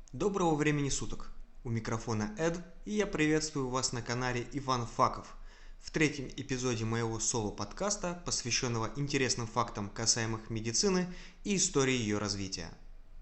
Доброго времени суток! У микрофона Эд, и я приветствую вас на канале Иван Факов в третьем эпизоде моего соло-подкаста, посвященного интересным фактам, касаемых медицины и истории ее развития.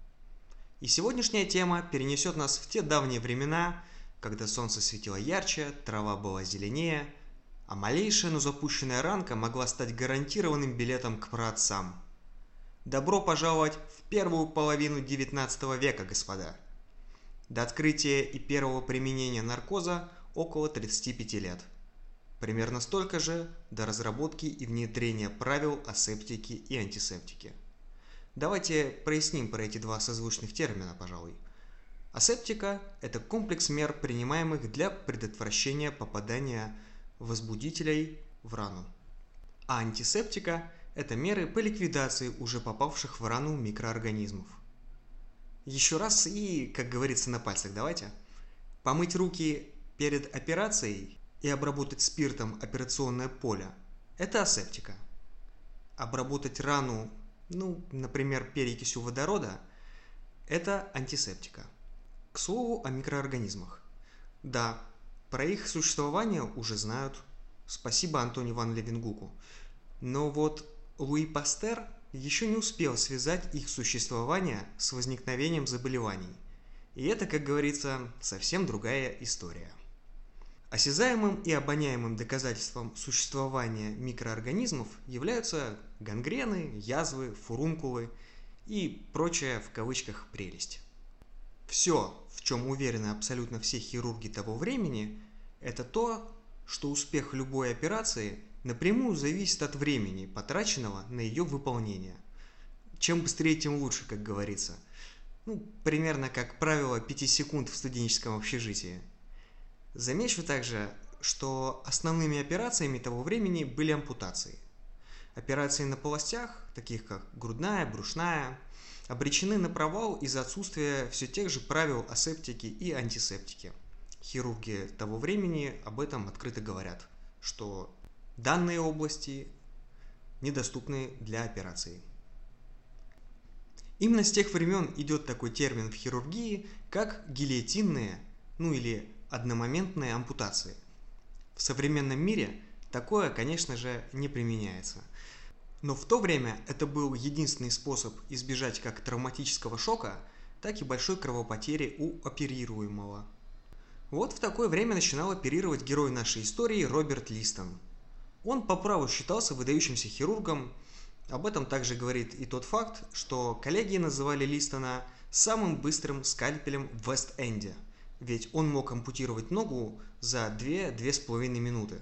И сегодняшняя тема перенесет нас в те давние времена, когда солнце светило ярче, трава была зеленее, а малейшая, но запущенная ранка могла стать гарантированным билетом к праотцам. Добро пожаловать в первую половину XIX века, господа! До открытия и первого применения наркоза около 35 лет. Примерно столько же до разработки и внедрения правил о септике и антисептике. Давайте проясним про эти два созвучных термина, пожалуй. Асептика – это комплекс мер, принимаемых для предотвращения попадания возбудителей в рану. А антисептика – это меры по ликвидации уже попавших в рану микроорганизмов. Еще раз и, как говорится, на пальцах давайте. Помыть руки перед операцией и обработать спиртом операционное поле – это асептика. Обработать рану, например, перекисью водорода – это антисептика. К слову о микроорганизмах. Да, про их существование уже знают. Спасибо Антони ван Левенгуку. Но вот Луи Пастер еще не успел связать их существование с возникновением заболеваний. И это, как говорится, совсем другая история. Осязаемым и обоняемым доказательством существования микроорганизмов являются гангрены, язвы, фурункулы и прочая в кавычках прелесть. Все, в чем уверены абсолютно все хирурги того времени, это то, что успех любой операции напрямую зависит от времени, потраченного на ее выполнение. Чем быстрее, тем лучше, как говорится. Примерно как правило 5 секунд в студенческом общежитии. Замечу также, что основными операциями того времени были ампутации. Операции на полостях, таких как грудная, брюшная, обречены на провал из-за отсутствия все тех же правил асептики и антисептики. Хирурги того времени об этом открыто говорят, что данные области недоступны для операций. Именно с тех времен идет такой термин в хирургии, как гильотинные, или одномоментные ампутации. В современном мире такое, конечно же, не применяется. Но в то время это был единственный способ избежать как травматического шока, так и большой кровопотери у оперируемого. Вот в такое время начинал оперировать герой нашей истории Роберт Листон. Он по праву считался выдающимся хирургом. Об этом также говорит и тот факт, что коллеги называли Листона самым быстрым скальпелем в Вест-Энде, ведь он мог ампутировать ногу за 2–2,5 минуты.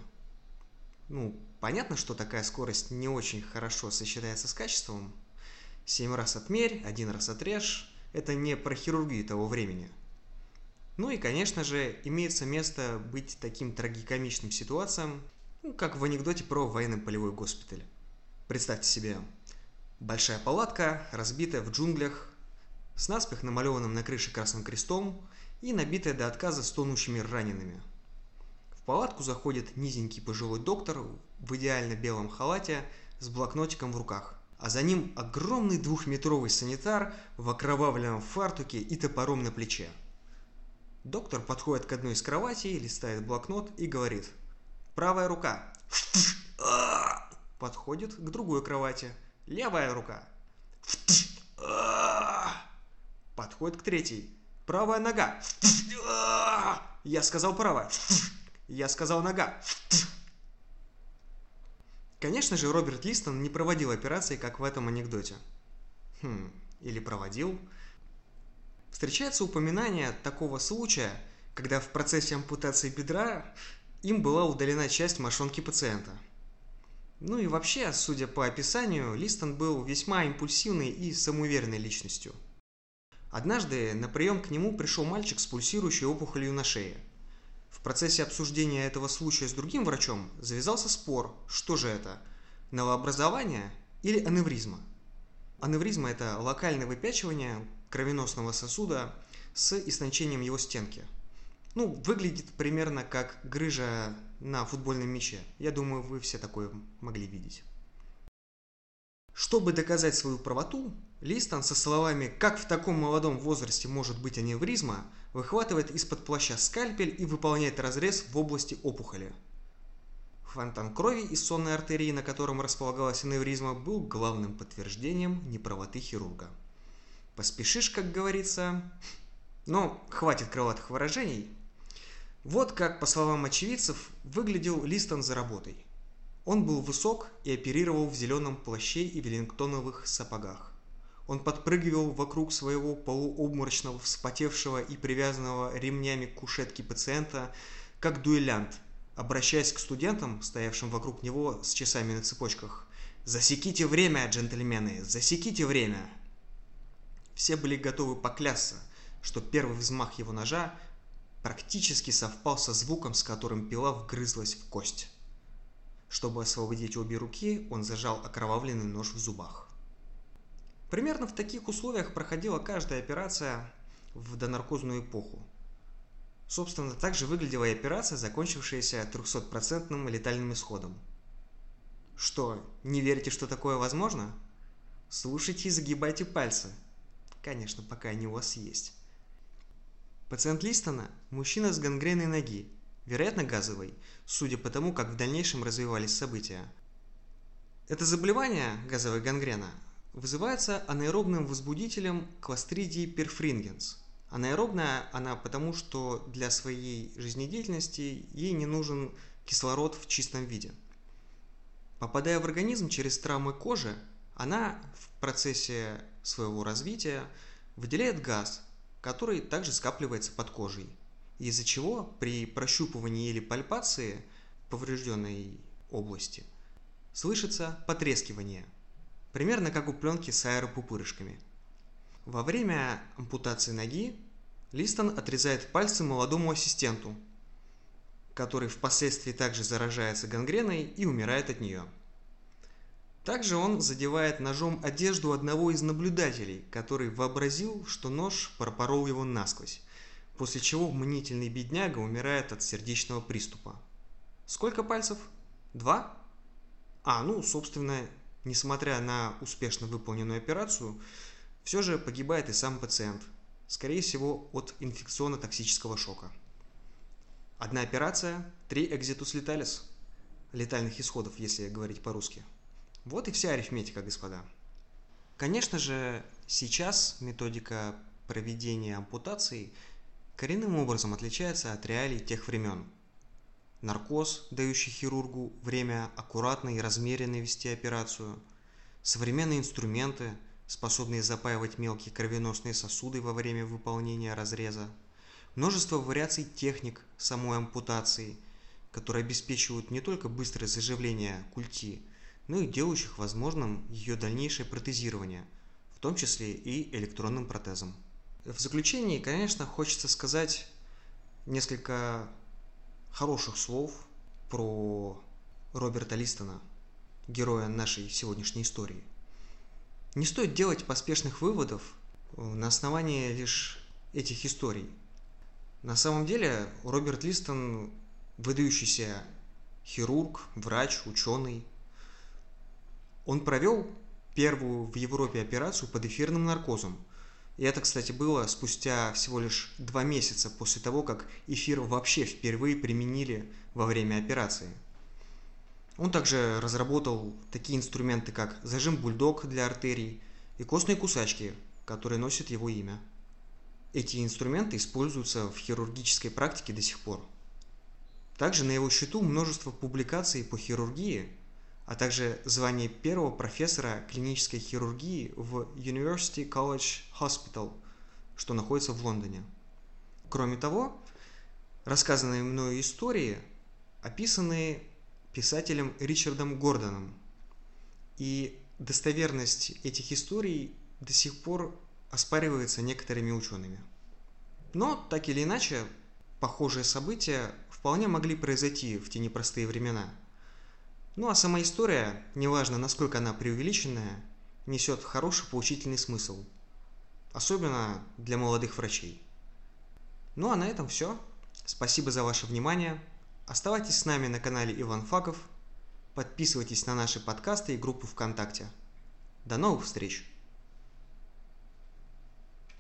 Понятно, что такая скорость не очень хорошо сочетается с качеством. 7 раз отмерь, 1 раз отрежь – это не про хирургию того времени. И, конечно же, имеется место быть таким трагикомичным ситуациям, как в анекдоте про военно-полевой госпиталь. Представьте себе, большая палатка, разбитая в джунглях, с наспех намалеванным на крыше красным крестом и набитая до отказа стонущими ранеными. В палатку заходит низенький пожилой доктор в идеально белом халате с блокнотиком в руках, а за ним огромный 2-метровый санитар в окровавленном фартуке и топором на плече. Доктор подходит к одной из кроватей, листает блокнот и говорит: «Правая рука». Подходит к другой кровати. «Левая рука». Подходит к третьей. «Правая нога». «Я сказал правая». «Я сказал нога». Конечно же, Роберт Листон не проводил операции, как в этом анекдоте. Или проводил. Встречается упоминание такого случая, когда в процессе ампутации бедра им была удалена часть мошонки пациента. И вообще, судя по описанию, Листон был весьма импульсивной и самоуверенной личностью. Однажды на прием к нему пришел мальчик с пульсирующей опухолью на шее. В процессе обсуждения этого случая с другим врачом завязался спор, что же это – новообразование или аневризма. Аневризма – это локальное выпячивание кровеносного сосуда с истончением его стенки. Выглядит примерно как грыжа на футбольном мяче. Я думаю, вы все такое могли видеть. Чтобы доказать свою правоту, Листон со словами «как в таком молодом возрасте может быть аневризма» выхватывает из-под плаща скальпель и выполняет разрез в области опухоли. Фонтан крови из сонной артерии, на котором располагалась аневризма, был главным подтверждением неправоты хирурга. Поспешишь, как говорится. Но хватит крылатых выражений. Вот как, по словам очевидцев, выглядел Листон за работой. Он был высок и оперировал в зеленом плаще и веллингтоновых сапогах. Он подпрыгивал вокруг своего полуобморочного, вспотевшего и привязанного ремнями к кушетке пациента, как дуэлянт, обращаясь к студентам, стоявшим вокруг него с часами на цепочках. «Засеките время, джентльмены, засеките время!» Все были готовы поклясться, что первый взмах его ножа практически совпал со звуком, с которым пила вгрызлась в кость. Чтобы освободить обе руки, он зажал окровавленный нож в зубах. Примерно в таких условиях проходила каждая операция в донаркозную эпоху. Собственно, так же выглядела и операция, закончившаяся 300% летальным исходом. Что, не верите, что такое возможно? Слушайте и загибайте пальцы. Конечно, пока они у вас есть. Пациент Листона – мужчина с гангреной ноги, вероятно газовой, судя по тому, как в дальнейшем развивались события. Это заболевание, газовая гангрена, вызывается анаэробным возбудителем Clostridium perfringens. Анаэробная она потому, что для своей жизнедеятельности ей не нужен кислород в чистом виде. Попадая в организм через травмы кожи, она в процессе своего развития выделяет газ, который также скапливается под кожей, из-за чего при прощупывании или пальпации поврежденной области слышится потрескивание, примерно как у пленки с аэропупырышками. Во время ампутации ноги Листон отрезает пальцы молодому ассистенту, который впоследствии также заражается гангреной и умирает от нее. Также он задевает ножом одежду одного из наблюдателей, который вообразил, что нож пропорол его насквозь, после чего мнительный бедняга умирает от сердечного приступа. Сколько пальцев? 2? Собственно, несмотря на успешно выполненную операцию, все же погибает и сам пациент, скорее всего от инфекционно-токсического шока. Одна операция, 3 exitus letalis, летальных исходов, если говорить по-русски. Вот и вся арифметика, господа. Конечно же, сейчас методика проведения ампутаций коренным образом отличается от реалий тех времен. Наркоз, дающий хирургу время аккуратно и размеренно вести операцию, современные инструменты, способные запаивать мелкие кровеносные сосуды во время выполнения разреза, множество вариаций техник самой ампутации, которые обеспечивают не только быстрое заживление культи, но и делающих возможным ее дальнейшее протезирование, в том числе и электронным протезом. В заключении, конечно, хочется сказать несколько хороших слов про Роберта Листона, героя нашей сегодняшней истории. Не стоит делать поспешных выводов на основании лишь этих историй. На самом деле Роберт Листон выдающийся хирург, врач, ученый. Он провел первую в Европе операцию под эфирным наркозом. И это, кстати, было спустя всего лишь 2 месяца после того, как эфир вообще впервые применили во время операции. Он также разработал такие инструменты, как зажим-бульдог для артерий и костные кусачки, которые носят его имя. Эти инструменты используются в хирургической практике до сих пор. Также на его счету множество публикаций по хирургии, а также звание первого профессора клинической хирургии в University College Hospital, что находится в Лондоне. Кроме того, рассказанные мною истории описаны писателем Ричардом Гордоном, и достоверность этих историй до сих пор оспаривается некоторыми учеными. Но, так или иначе, похожие события вполне могли произойти в те непростые времена. Ну а сама история, неважно насколько она преувеличенная, несет хороший поучительный смысл, особенно для молодых врачей. Ну а на этом все. Спасибо за ваше внимание. Оставайтесь с нами на канале Иван Факов. Подписывайтесь на наши подкасты и группу ВКонтакте. До новых встреч!